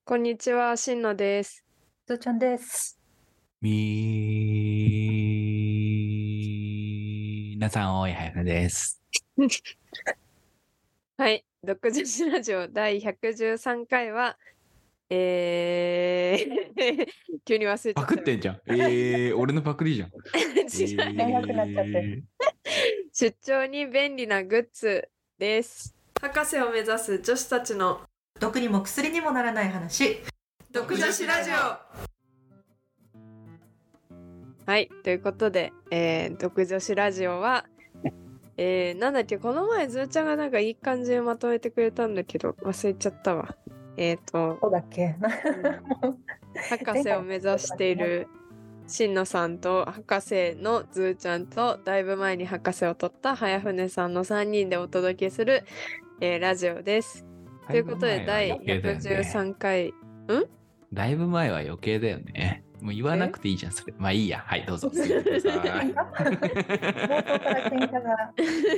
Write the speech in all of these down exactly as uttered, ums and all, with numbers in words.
こんにちは、しんのです。 つーちゃんです。 みーなさん、おいはやふです。 はい、独女子ラジオだいひゃくじゅうさんかいは、えー、急に忘れちゃったよ。 パクってんじゃん。えー、俺のパクリじゃん。 違う、 長くなっちゃってえー出張に便利なグッズです。博士を目指す女子たちの毒にも薬にもならない話。 独女子ラジオ。はい、ということで、えー、独女子ラジオは、えー、なんだっけ、この前ずーちゃんがなんかいい感じでまとめてくれたんだけど、忘れちゃったわ。えっ、ー、と、 そうだっけ博士を目指しているしんのさんと博士のずーちゃんとだいぶ前に博士を取った早船さんのさんにんでお届けする、えー、ラジオです。ということでだいひゃくじゅうさんかい、んだいぶ前は余計だよね。もう言わなくていいじゃん、それ。まあいいや。はい、どうぞ。続けてください。 冒頭から喧嘩が。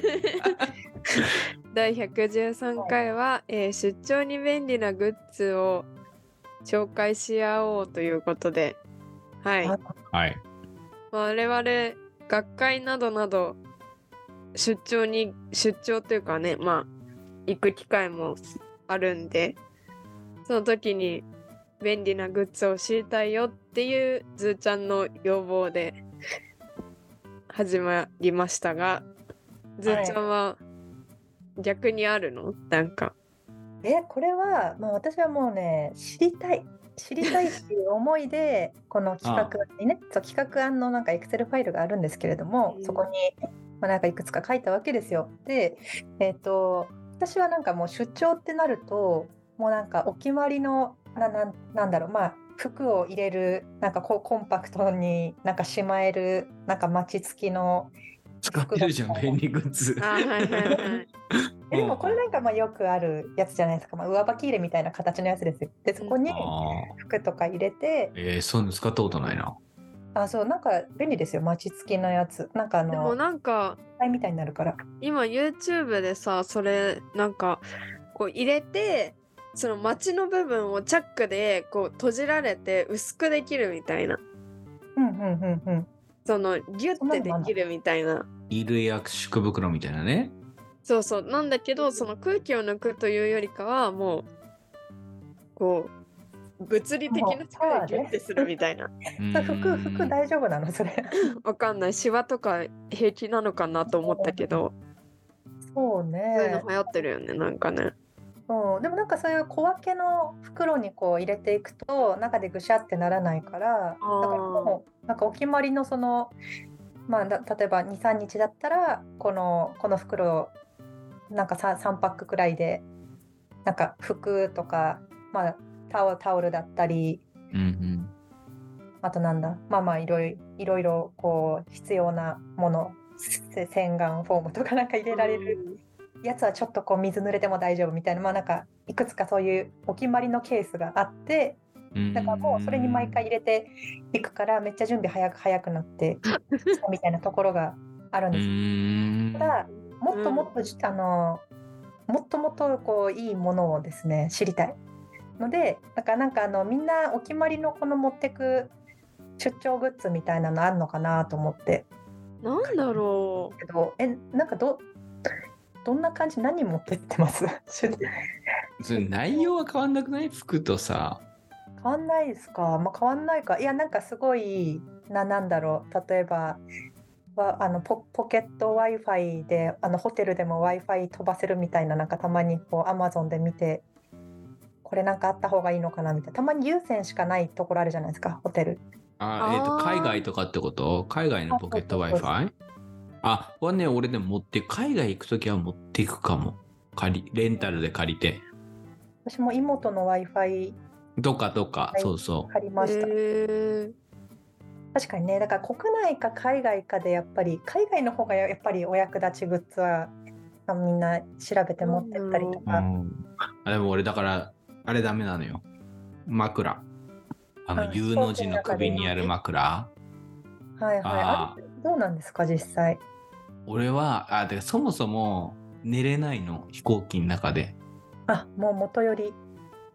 だいひゃくじゅうさんかいは、えー出張に便利なグッズを紹介し合おうということで、はい。 はい。 我々学会などなど出張に出張というかね、まあ行く機会もあるんで、その時に便利なグッズを知りたいよっていうずーちゃんの要望で始まりましたが、ずーちゃんは逆にあるの？なんかえ、これは、まあ、私はもうね、知りたい。知りたいっていう思いで、この企画にね、そう企画案のなんかエクセルファイルがあるんですけれども、 うんそこに、まあ、なんかいくつか書いたわけですよ。で、えっと、私はなんかもう出張ってなると、もうなんかお決まりの、な、なん、なんだろう、まあ、服を入れる、なんかこうコンパクトになんかしまえる、なんかマチ付きの使ってるじゃん、便利グッズ。 あ、はいはいはい。 えでもこれなんかまあよくあるやつじゃないですか、まあ、上履き入れみたいな形のやつですよ。でそこにあ服とか入れて、 ーえー、そういうの使ったことないな。 あ、そうなんか便利ですよ、マチ付きのやつ。なんかあでものなんかみたいになるから。 今 YouTube でさ、それなんかこう入れて、その街の部分をチャックでこう閉じられて薄くできるみたいな、 うんうんうんうん。 そのギュッてできるみたいな。 衣類や縮袋みたいなね。 そうそうなんだけど、その空気を抜くというよりかはもうこう物理的な力でギュッてするみたいな。 それ服服大丈夫なのそれ？ わかんない、シワとか平気なのかなと思ったけど、 そうね。 そういうの流行ってるよね、なんかね。 うん、でもなんかそういう小分けの袋にこう入れていくと中でぐしゃってならないから、だからもうなんかお決まりのその、まあ、だ例えばにさんにちだったらこのこの袋なんか 3, さんパックくらいでなんか服とか、まあ、タオル、タオルだったり、 うんうん、 あとなんだまあまあいろいろいろいろこう必要なもの、洗顔フォームとかなんか入れられるやつはちょっとこう水濡れても大丈夫みたいな、まあなんかいくつかそういうお決まりのケースがあって、だからもうそれに毎回入れていくからめっちゃ準備早く早くなってみたいなところがあるんです。 うんただもっともっと、うん、あのもっともっとこういいものをですね知りたいので、だからなんかあのみんなお決まりのこの持ってく出張グッズみたいなのあるのかなと思って。 なんだろうけど、えなんかどどんな感じ、何持ってってますそれ内容は変わんなくない？服とさ。 変わんないですか？まあ、変わんないか。いやなんかすごいな、なんだろう、例えばはあの ポ, ポケット Wi-Fi であのホテルでも Wi-Fi 飛ばせるみたいな、なんかたまにこう Amazon で見てこれなんかあった方がいいのかなみたいな、たまに有線しかないところあるじゃないですか、ホテル。 あ、えーと、海外とかってこと？海外のポケット Wi-Fi？ あ、はね、俺でも持って、海外行くときは持っていくかも。借り、レンタルで借りて。 私も妹の Wi-Fi とかとか、そうそう。 借りました。 へー確かにね、だから国内か海外かでやっぱり海外の方がやっぱりお役立ちグッズはみんな調べて持ってったりとか、 うん、あでも俺だからあれダメなのよ、枕。あの U の字の首にある枕。 はいはい。あれどうなんですか実際？ 俺はあでそもそも寝れないの、飛行機の中で。 あ、もう元より。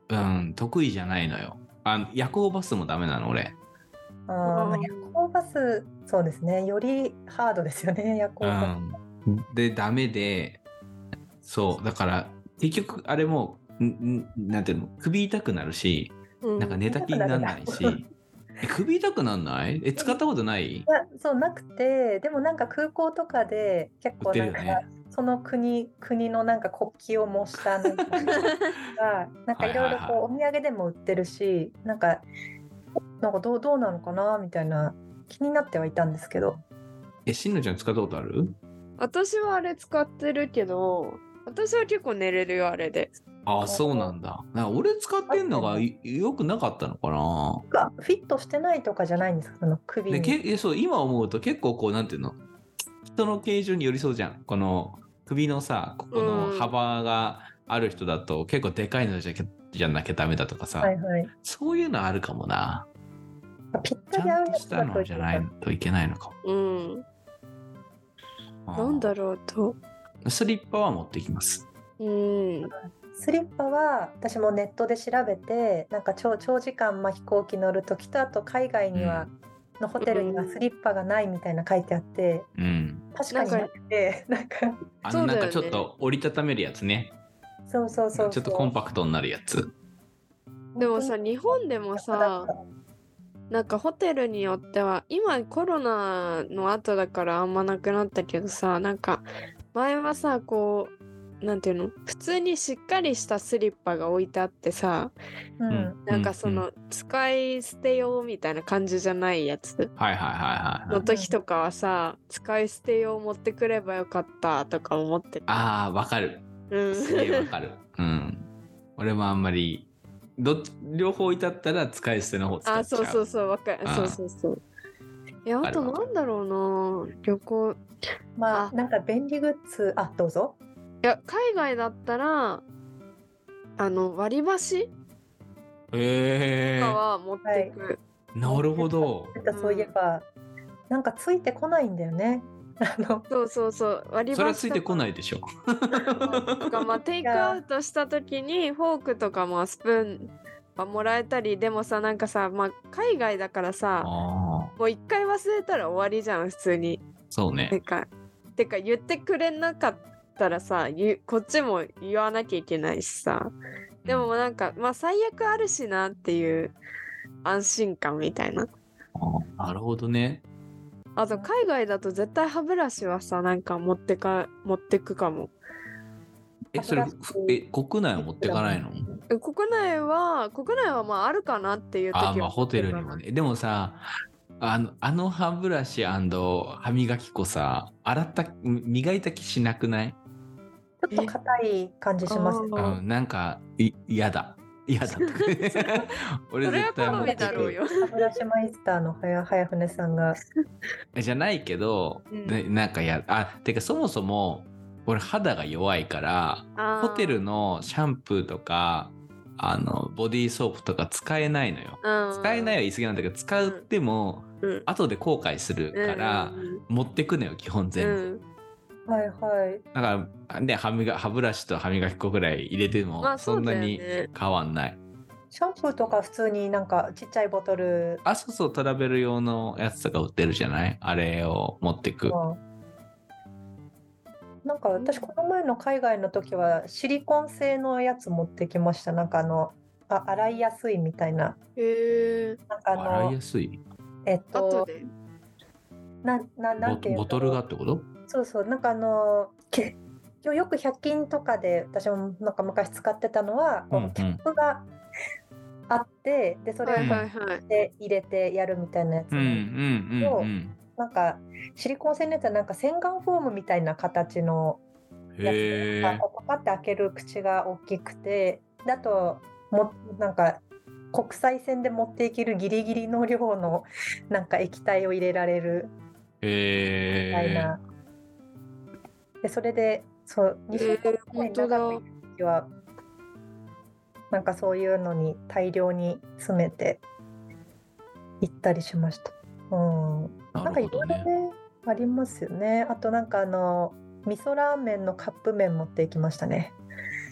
うん、得意じゃないのよ。あ、夜行バスもダメなの、俺。 あーまあ、夜行バス、そうですね。よりハードですよね、夜行うバん。で、ダメで、そう、だから、結局、あれも、んんなんていうの、首痛くなるし、 うんなんか寝た気にならないし、え、首痛くなんないえ、使ったことないス。いや、そうなくて、でもなんか空港とかで結売っ構なんか、 てるよね。 その国、国のなんか国旗を模したなんかが、なんかいろいろこうお土産でも売ってるし、なんか、なんかどう、どうなのかなみたいな気になってはいたんですけど。 え、しんのちゃん使ったことある？ 私はあれ使ってるけど、私は結構寝れるよ、あれで。 ああ、そうなんだ。なんか俺使ってんのがい良くなかったのかな。 なんかフィットしてないとかじゃないんですか、その首でに。 けえそう、今思うと結構こう、なんていうの、人の形状に寄りそうじゃん。この首のさ、ここの幅がある人だと結構でかいのじゃじゃなきゃダメだとかさ、 はいはい。 そういうのあるかもな。 ぴっちたり合うゃんとしたやつだとのじゃないといけないのかも。 うん。なんだろうと。 スリッパは持ってきます。 うん。 スリッパは私もネットで調べて、なんか 長, 長時間、まあ、飛行機乗るときと、あと海外には、うん、のホテルにはスリッパがないみたいな書いてあって、 うん、 確かになくて、なんかあのなんかちょっと折りたためるやつね。 そうそうそうそう、 ちょっとコンパクトになるやつ。 でもさ、日本でもさ、なんかホテルによっては、今コロナの後だからあんまなくなったけどさ、なんか前はさ、こう、なんていうの、普通にしっかりしたスリッパが置いてあってさ、 うん、 なんかその、使い捨て用みたいな感じじゃないやつはいはいはいはい。 の時とかはさ、使い捨て用持ってくればよかったとか思ってた。 ああ、わかる。 うん。 すげえわかる。うん。俺もあんまり、どっち両方いたったら使い捨ての方使っちゃう。 あ、そうそうそう、わかる。そうそうそう。いや、あとなんだろうな、旅行。 まあ、 あなんか便利グッズ、あ、どうぞ。 いや、海外だったら、あの、割り箸へえとかは持ってく。 はい、 なるほど。 そういえば、うん、なんかついてこないんだよね。あのそうそうそう、割り箸。 それはついてこないでしょ。 とか、まあ、テイクアウトした時にフォークとかもスプーンはもらえたり、でもさ、なんかさ、まあ、海外だからさ、もう一回忘れたら終わりじゃん、普通に。 そうね。 てか、てか言ってくれなかったらさ、こっちも言わなきゃいけないしさ。でもなんか、まあ最悪あるしなっていう安心感みたいな。 あ、なるほどね。 あと海外だと絶対歯ブラシはさ、なんか持ってか、持ってくかも。 え、それ、え、国内は持ってかないの？ 国内は、国内はまああるかなっていう時は。 あ、まあホテルにはね。でもさ、あの、あの歯ブラシ歯磨き粉さ、洗った、磨いた気しなくない？ ちょっと硬い感じします。 うん、なんか、嫌だ。嫌だ。俺絶対持ってく。 それは好みだろうよ。 歯ブラシマイスターの早早船さんが。 じゃないけど、うん、でなんかや、あ、てかそもそも、俺肌が弱いから、ホテルのシャンプーとか、あの、ボディーソープとか使えないのよ。使えないは言い過ぎなんだけど、使っても、うん、後で後悔するから、うん、持ってくのよ、基本全部。うんはいはい。 だからね、歯磨歯ブラシと歯磨き粉ぐらい入れてもそんなに変わんない。まあね、 シャンプーとか普通になんかちっちゃいボトル。 あ、そうそう、トラベル用のやつとか売ってるじゃない？あれを持ってく。 なんか私この前の海外の時はシリコン製のやつ持ってきました。なんかあの、あ、洗いやすいみたいな。 へえ。 なんかあの、 洗いやすい？ えっと、な、な、なんていうの？ ボトルがってこと？ そうそう、なんかあのけよくひゃく均とかで私もなんか昔使ってたのは、このキャップがあって、でそれをで入れてやるみたいなやつを、なんかシリコン製のやつはなんか洗顔フォームみたいな形のやつで、こうパカって開ける口が大きくて、だともなんか国際線で持っていけるギリギリの量のなんか液体を入れられるみたいな。でそれでそうにしゅうかんくらい長くいる時は、なんかそういうのに大量に詰めて行ったりしました。うん、なんかいろいろねありますよね。あとなんかあの味噌ラーメンのカップ麺持っていきましたね。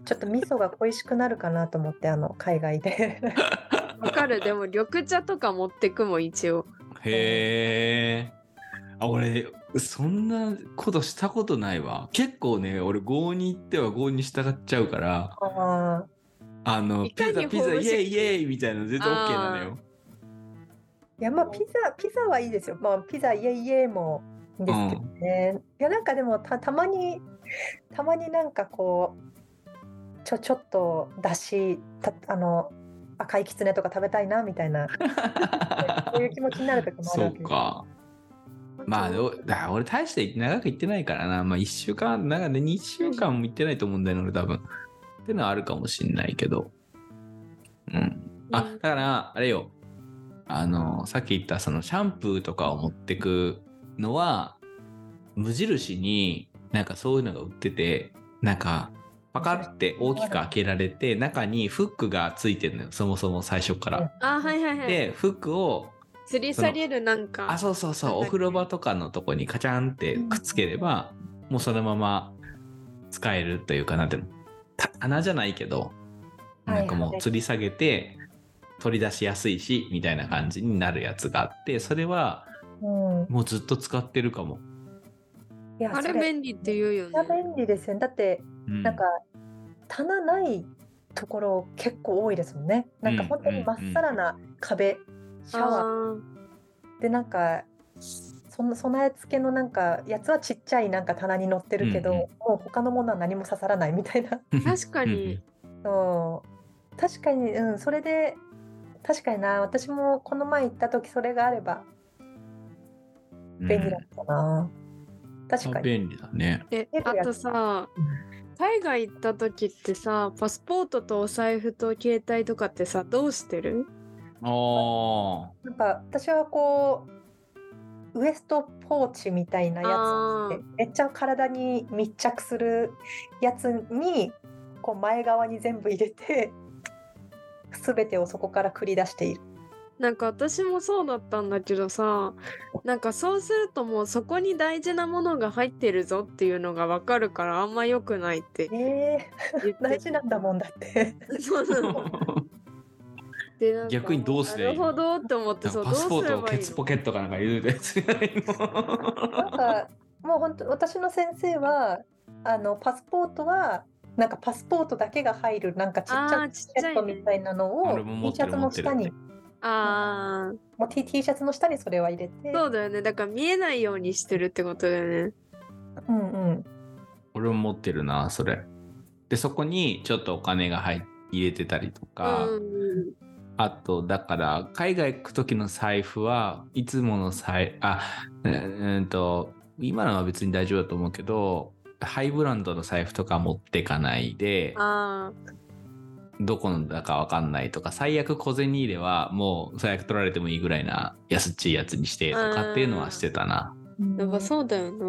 ちょっと味噌が恋しくなるかなと思って、あの海外で。 わかる。でも緑茶とか持ってくもん一応。 へえ。あ、俺そんなことしたことないわ。結構ね、俺郷に行っては郷に従っちゃうから、 ああのいかにピザピザホームシックイエイイエイみたいなの全然 OK なのよ。 いやまあピザピザはいいですよ。まあピザイエイイエイもいいんですけどね。いやなんかでもたたまにたまになんかこうちょちょっとだしたあの赤いきつねとか食べたいなみたいなそういう気持ちになる時もあるわけです。 そうか。まあどだ俺大して長く行ってないからな。まあいっしゅうかん長でにしゅうかんも行ってないと思うんだよね俺多分。っていうのはあるかもしんないけど。うん。あだからあれよ。あのさっき言ったそのシャンプーとかを持ってくのは無印になんかそういうのが売ってて、なんかパカって大きく開けられて中にフックがついてるのよ、そもそも最初から。 あ、はいはいはい。 でフックを吊り下げるなんか。 あそうそうそうお風呂場とかのとこにカチャンってくっつければ、もうそのまま使えるというか、なんていうの、穴じゃないけどなんかもう吊り下げて取り出しやすいしみたいな感じになるやつがあって、それはもうずっと使ってるかも。 いやあれ便利って言うよね。 便利ですよね。だって、うん、なんか棚ないところ結構多いですもんね。なんか本当にまっさらな壁、うんうん、シャワーでなんかその備え付けのなんかやつはちっちゃいなんか棚に載ってるけど、うんうん、もう他のものは何も刺さらないみたいな。 確かにそう確かに、うん、それで確かにな、私もこの前行った時それがあれば便利だったな、うん、確かに便利だね。 えあとさ、海外行った時ってさ、パスポートとお財布と携帯とかってさどうしてる？ あなんか私はこうウエストポーチみたいなやつでめっちゃ体に密着するやつにこう前側に全部入れて全てをそこから繰り出している。 なんか私もそうだったんだけどさ、なんかそうするともうそこに大事なものが入ってるぞっていうのが分かるからあんま良くないって言って。 えー、大事なんだもんだって。 そうなの。でなんか逆にどうすればいいの？ なるほどって思って、そうパスポートをケツどうポケットかなんか入れるやつじゃないの？ なんかもう本当私の先生はあのパスポートはなんかパスポートだけが入るなんかちっちゃいセットみたいなのを T シャツの下に、 あもう T, T シャツの下にそれは入れて。 そうだよね、だから見えないようにしてるってことだよね。 うんうん。 俺も持ってるなそれで、そこにちょっとお金が入入れてたりとか、うん、あとだから海外行く時の財布はいつもの財あうんと今のは別に大丈夫だと思うけど、ハイブランドの財布とか持ってかないで、 あどこのだか分かんないとか、最悪小銭入れはもう最悪取られてもいいぐらいな安っちいやつにしてとかっていうのはしてたな。 やっぱそうだよな。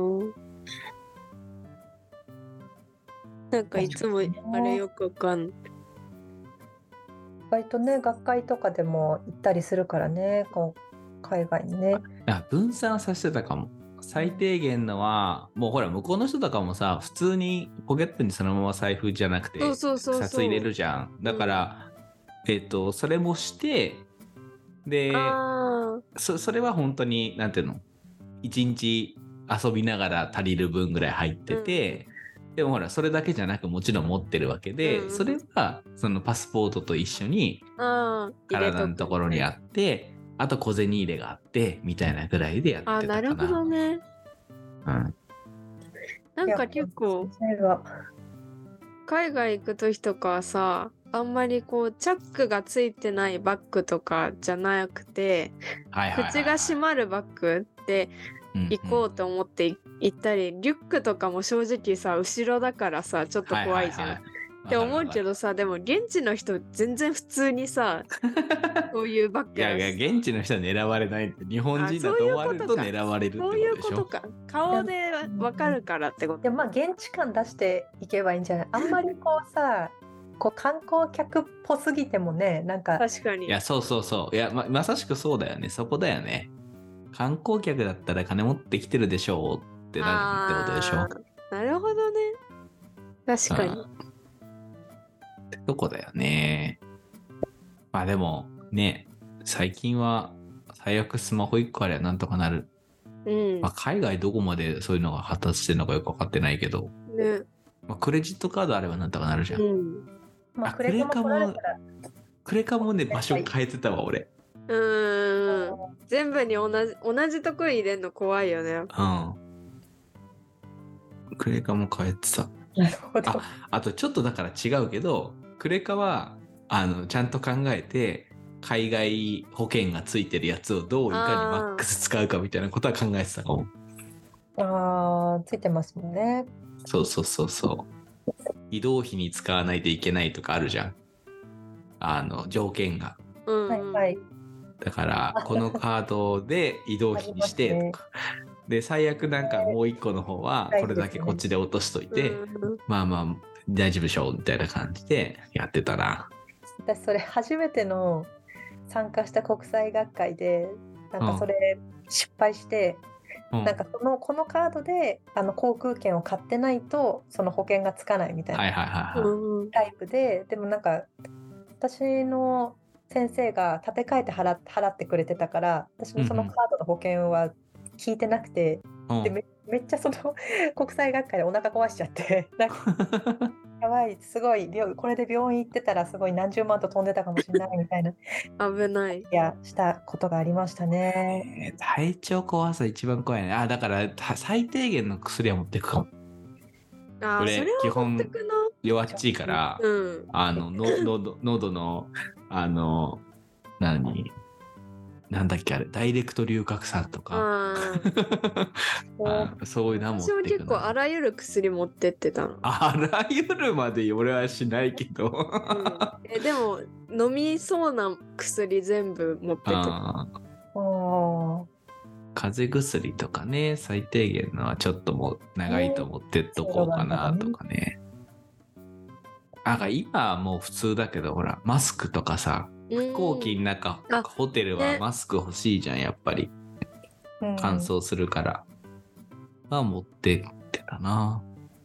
なんかいつもあれよくわかんない。 割とね学会とかでも行ったりするからね、こう海外にね。 あ分散させてたかも。最低限のはもうほら向こうの人とかもさ普通にポケットにそのまま財布じゃなくて札入れるじゃん。だから、うん、えっとそれもしてで そ, それは本当になんていうのいちにち遊びながら足りる分ぐらい入ってて、うん、でもほらそれだけじゃなくもちろん持ってるわけで、うん、それはそのパスポートと一緒に体のところにあって、あと小銭入れがあってみたいなぐらいでやってたかな。 あ、なるほどね。 うん。 なんか結構海外行く時とかはさ、あんまりこうチャックがついてないバッグとかじゃなくて、はいはいはいはい、口が閉まるバッグって行こうと思って行ったり、うんうん、リュックとかも正直さ後ろだからさちょっと怖いじゃん。はいはいはいって思うけどさ、でも現地の人全然普通にさそういうバッグいやいや現地の人は狙われないって、日本人だと思われると狙われるってことでしょ。そういうことか、 顔でわかるからってこと。 でもまあ現地感出していけばいいんじゃない。あんまりこうさこう観光客っぽすぎてもね、なんか確かに。 いやそうそうそう、いや ま, まさしくそうだよね、そこだよね。観光客だったら金持ってきてるでしょうってなるってことでしょ。 なるほどね、確かに。 とこだよね。まあでもね、最近は最悪スマホいっこあればなんとかなる。 うんまあ、海外どこまでそういうのが発達してるのかよく分かってないけど、 ねまあ、クレジットカードあればなんとかなるじゃん。 うんまあ、 あクレカも取られたらクレカもね場所変えてたわ俺。 うーん全部に同じ同じとこ入れんの怖いよね。 うん。クレカも変えてた。 なるほど。 ああとちょっとだから違うけど、クレカはあのちゃんと考えて海外保険がついてるやつをどういかにマックス使うかみたいなことは考えてたかも。 ああ、ついてますもんね。 そうそうそうそう。移動費に使わないといけないとかあるじゃん。あの条件が。 うんはいはい。 だからこのカードで移動費にしてとか。で最悪なんかもう一個の方はこれだけこっちで落としといて、 うんまあまあ大丈夫でしょうみたいな感じでやってたな。 私それ初めての参加した国際学会でなんかそれ失敗して、 うん、 なんかそのこのカードであの航空券を買ってないとその保険がつかないみたいはいはいなはいはい。 うんタイプで、でもなんか私の先生が立て替えて払っ払ってくれてたから私のそのカードの保険は聞いてなくて、 うんで め, めっちゃその国際学会でお腹壊しちゃってなんかやばいすごい病これで病院行ってたらすごい何十万と飛んでたかもしれないみたいな危ない。 いやしたことがありましたね。 えー体調壊さ一番怖いね。あだからた最低限の薬は持っていくかも。俺あーそれ基は持って本くな。 弱っちいから、 うんあのの喉喉のあの何なんだっけあれダイレクト硫化酸とかあーあそういうのは持っ私もていく結構あらゆる薬持ってってたの。 あらゆるまで俺はしないけど、 うんえでも飲みそうな薬全部持ってってた。 あおー風邪薬とかね最低限のはちょっともう長いと思ってっとこうかなとかね。なんか今はもう普通だけどほらマスクとかさ飛行機の中あホテルはマスク欲しいじゃんやっぱりうん乾燥するから、まあ持ってってたな。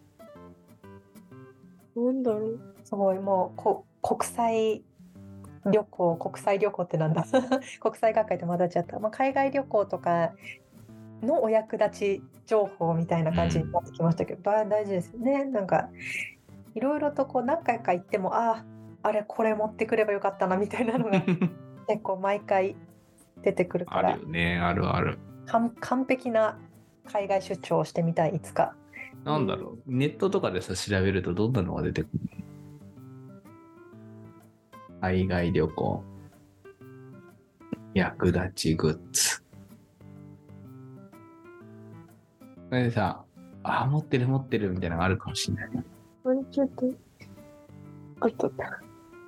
なんだろう。 すごいもうこ国際旅行国際旅行ってなんだ国際学会と混ざっちゃった、まあ、海外旅行とかのお役立ち情報みたいな感じになってきましたけど、うん、大事ですよね。なんかいろいろとこう何回か行ってもああれこれ持ってくればよかったなみたいなのが結構毎回出てくるからあるよねあるある。 完璧な海外出張をしてみたいいつか。 なんだろう、ネットとかでさ調べるとどんなのが出てくるの？海外旅行役立ちグッズ。それでさあ持ってる持ってるみたいなのがあるかもしれない。 あれちょっとあったった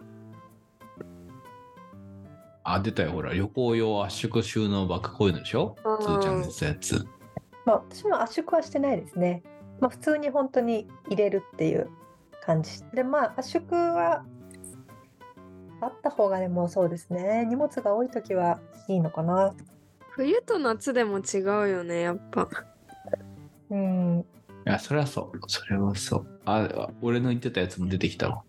あ出たよほら旅行用圧縮収納バッグこういうのでしょ。つーちゃんのやつ。 まあ私も圧縮はしてないですね。まあ、普通に本当に入れるっていう感じで、まあ圧縮はあった方がでもそうですね荷物が多い時はいいのかな。 冬と夏でも違うよねやっぱ。 うんいやそれはそうそれはそう。あ俺の言ってたやつも出てきたわ。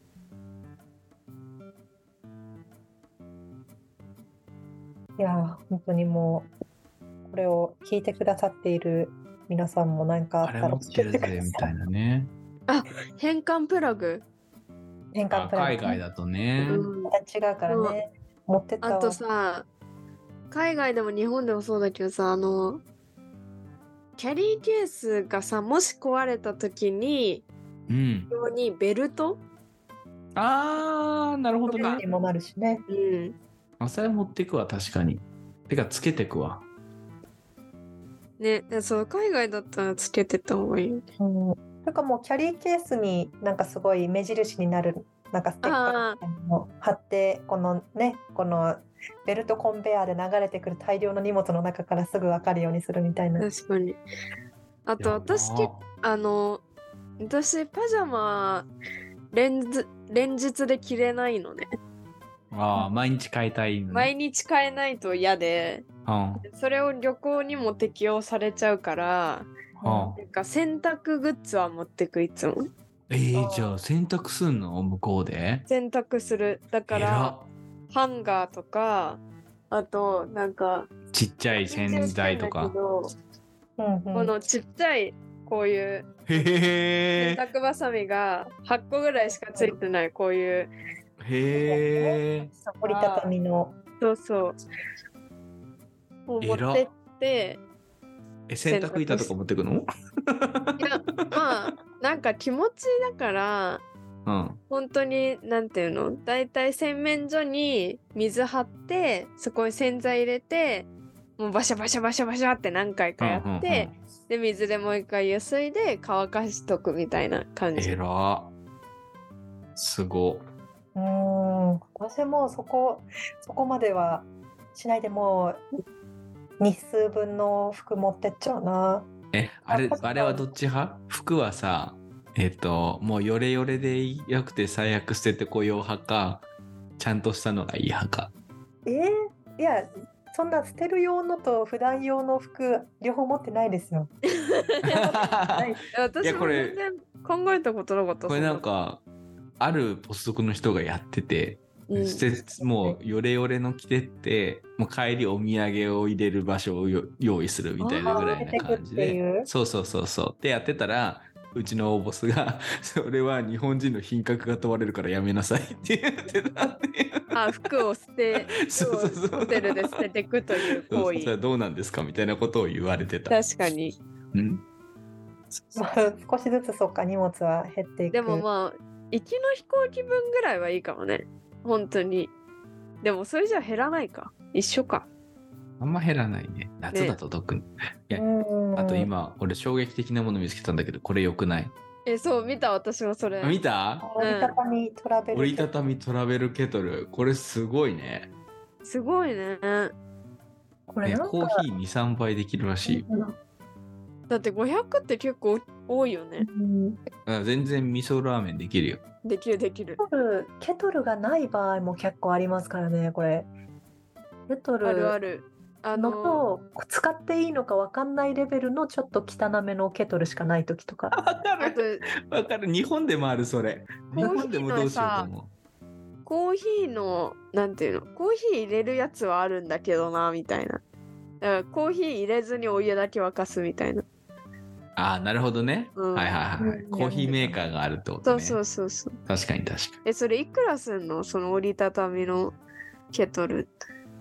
いや本当にもうこれを聞いてくださっている皆さんも何かあったらあれ持ってるぜみたいなね。 あ変換プラグ。 変換プラン、 海外だとね、 うん、 また違うからね、うん、持ってったわ。 あとさ海外でも日本でもそうだけどさあのキャリーケースがさもし壊れた時にうん用にベルトあーなるほどね。 にもなるしね。 うんあそれ持ってくわ確かに。てかつけてくわ。 ねそう海外だったらつけてった方がいいよね。 うんなんかもうキャリーケースになんかすごい目印になるなんかステッカーみたいなのを貼ってこのねこのベルトコンベヤーで流れてくる大量の荷物の中からすぐ分かるようにするみたいな。 確かに。あと私結構あの私パジャマ連日連日で着れないのね。 ああ毎日買いたいのね。 毎日買えないと嫌で、 うん、 それを旅行にも適用されちゃうから、 うん、 なんか洗濯グッズは持ってくいつも。 えー、じゃあ洗濯すんの向こうで？ 洗濯する。だかえららハンガーとか、あとなんかちっちゃい洗剤とか。 うんうん、 このちっちゃいこういうへ洗濯バサミがはっこぐらいしかついてないこういうへえ。 折りたたみの。 そうそうを持ってってえ洗濯板とか持ってくの？ いやまあなんか気持ちだからうん、 本当になんていうのだいたい洗面所に水張ってそこに洗剤入れてもうバシャバシャバシャバシャって何回かやって、 うんうんうん、 で水でもう一回ゆすいで乾かしとくみたいな感じ。 えらすご。 うーん私もそこそこまではしないでもう日数分の服持ってっちゃうな。 えあれあれはどっち派？服はさえっ、ー、ともうヨレヨレでよくて最悪捨ててこよう派かちゃんとしたのがいい派か。 えー、いやそんな捨てる用のと普段用の服両方持ってないですよ。 私も全然考えたことなかった。 これなんかあるポスドクの人がやってて、うん、もうヨレヨレの着てってもう帰りお土産を入れる場所を用意するみたいなぐらいな感じで、そうそうそうそうってやってたらうちのボスがそれは日本人の品格が問われるからやめなさいって言ってたっていう。 あ、服を捨てそうそうそうホテルで捨てていくという行為。 そうそれどうなんですかみたいなことを言われてた。 確かに、 うんまあ、少しずつそうか荷物は減っていく。 でもまあ行きの飛行機分ぐらいはいいかもね本当に。でもそれじゃ減らないか、一緒か。 あんま減らないね夏だと特に、ね、いやあと今俺衝撃的なもの見つけたんだけどこれよくない？ えそう見た私もそれ見た？ 折りたたみトラベル折りたたみトラベルケトルこれすごいね。 すごいね。 これなんか、 ね、コーヒー にさんばいできるらしい。 だってごひゃくって結構多いよね、 うん、 全然味噌ラーメンできるよ。 できるできる。 ケトル、ケトルがない場合も結構ありますからねこれ。ケトルあるあるあのと使っていいのか分かんないレベルのちょっと汚めのケトルしかない時とか。 わかるわかる。日本でもあるそれ。日本でもどうしようと思う。 コーヒーのなんていうのコーヒー入れるやつはあるんだけどなみたいな。だからコーヒー入れずにお湯だけ沸かすみたいな。 ああなるほどね、うん、はいはいはい、うん、コーヒーメーカーがあるってことね。 そうそうそうそう。 確かに確かに。 えそれいくらすんのその折りたたみのケトル？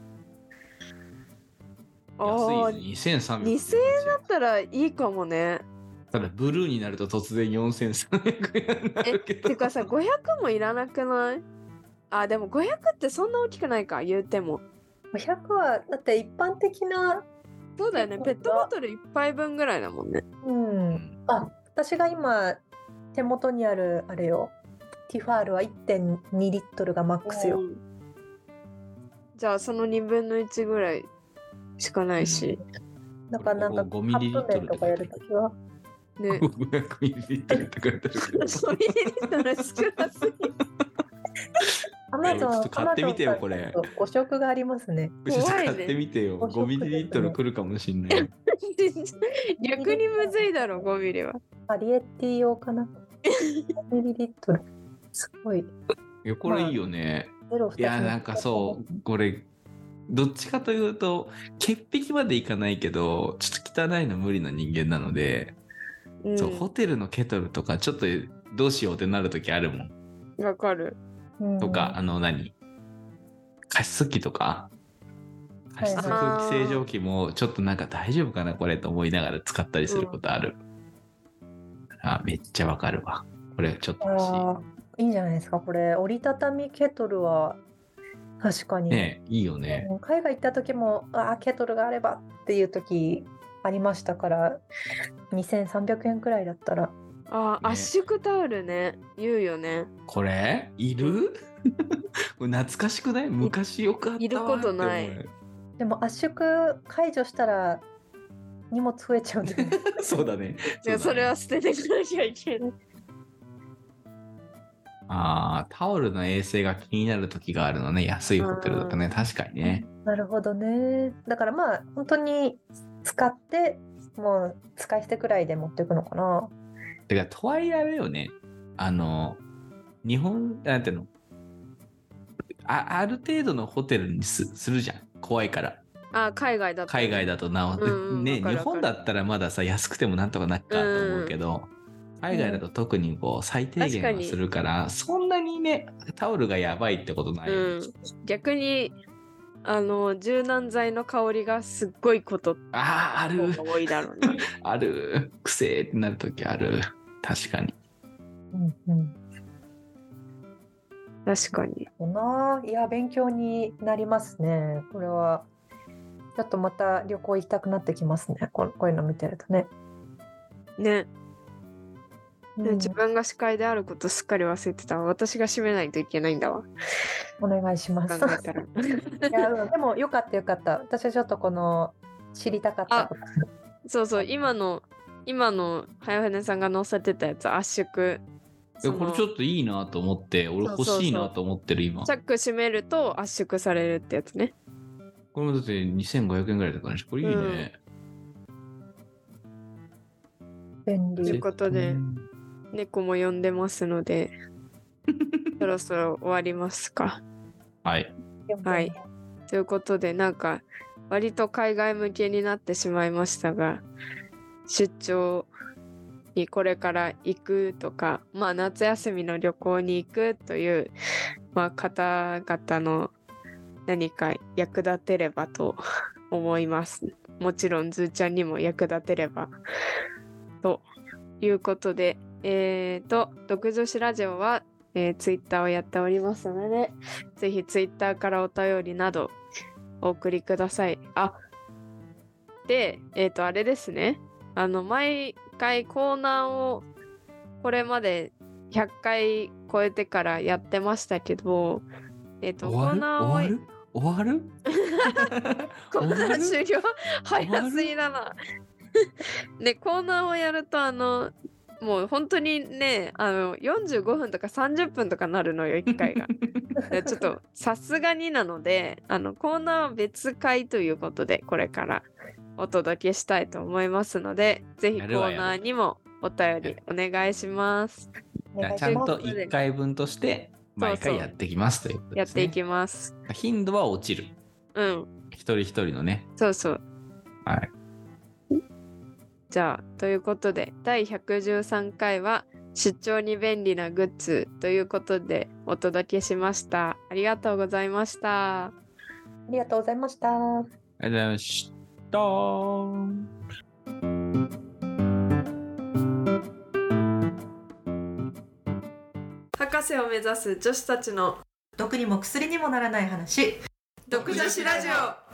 安いにせんさんびゃくえん。 にせんえんだったらいいかもね。 ただブルーになると突然よんせんさんびゃくえんになるけど。 えてかさごひゃくもいらなくない？あでもごひゃくってそんな大きくないか言うても。 ごひゃくはだって一般的な。 そうだよねペットボトルいっぱいぶんぐらいだもんね。 うん。あ私が今手元にあるあれよティファールは いってんに リットルがマックスよ。 じゃあそのにぶんのいちぐらいしかないし、 うん、だからなんかカップ麺とかやるときはねごひゃくミリリットルって書いてあるけどごミリリットル少なすぎアマゾン、 ちょっと買ってみてよこれ。 ご色がありますね。 ちょっと買ってみてよ。ごミリリットル来るかもしんない。 逆にむずいだろごミリは。 アリエッティ用かな。ごミリリットルすごい。 いやこれいいよね。 まあ、 いやなんかそうこれどっちかというと潔癖までいかないけどちょっと汚いの無理な人間なので、うん、そうホテルのケトルとかちょっとどうしようってなる時あるもん。 わかる。 とかあの何加湿器とか加湿空気清浄機もちょっとなんか大丈夫かなこれと思いながら使ったりすることある。うん、あめっちゃわかるわ。これちょっと欲しい。いいんじゃないですかこれ。折りたたみケトルは確かにねいいよね。 海外行った時もあケトルがあればっていう時ありましたからにせんさんびゃくえんくらいだったら。 あ、ね、圧縮タオルね言うよね。 これいるこれ懐かしくない？昔よかったわ。 いることない。 でも圧縮解除したら荷物増えちゃうんで、ね、 そうだね。 いやそれは捨ててくなきゃいけない。 ああタオルの衛生が気になる時があるのね安いホテルだとね。確かにね。 なるほどね。だからまあ本当に使ってもう使い捨てくらいで持っていくのかな。 てかとはいえあれよねあの日本なんていうの あ, ある程度のホテルに す, するじゃん怖いからあ海外だと、ね、 海外だとなお、 うんうん、 ね、日わかるわかる本だったらまださ安くてもなんとかなっかと思うけど、うん、海外だと特にこう最低限はするからそんなにねタオルがやばいってことないよね、うん、 逆にあの柔軟剤の香りがすっごいことああある多いだろうねあるくせーってなるときある確かに、 うんうん、 確かにいや勉強になりますねこれはちょっとまた旅行行きたくなってきますねこういうの見てるとねね、うん、自分が司会であることすっかり忘れてたわ私が締めないといけないんだわお願いします考えたらいやでもよかったよかった私はちょっとこの知りたかったそうそう今の今の早船さんが載せてたやつ圧縮これちょっといいなと思って俺欲しいなと思ってる今チャック閉めると圧縮されるってやつねこれもだってにせんごひゃくえんぐらいだからねこれいいね、 うん、便利ということで猫も呼んでますのでそろそろ終わりますかはいはいということでなんか割と海外向けになってしまいましたが出張にこれから行くとかまあ夏休みの旅行に行くという、まあ、方々の何か役立てればと思いますもちろんずーちゃんにも役立てればということでえーと独女子ラジオはえー、ツイッターをやっておりますのでぜひツイッターからお便りなどお送りくださいあでえっ、ー、とあれですねあの毎回コーナーをこれまでひゃっかい超えてからやってましたけどえっ、ー、とコーナーを終わる終わるコーナー終了早すぎだなでコーナーをやるとあのもう本当にねあのよんじゅうごふんとかさんじゅっぷんとかなるのよいっかいがちょっとさすがになのであのコーナーは別回ということでこれからお届けしたいと思いますのでぜひコーナーにもお便りお願いしますちゃんといっかいぶんとして毎回やっていきますということですね。 やっていきます頻度は落ちるうん一人一人のねそうそうはいじゃあということでだいひゃくじゅうさんかいは出張に便利なグッズということでお届けしましたありがとうございましたありがとうございましたありがとうございました博士を目指す女子たちの毒にも薬にもならない話毒女子ラジオ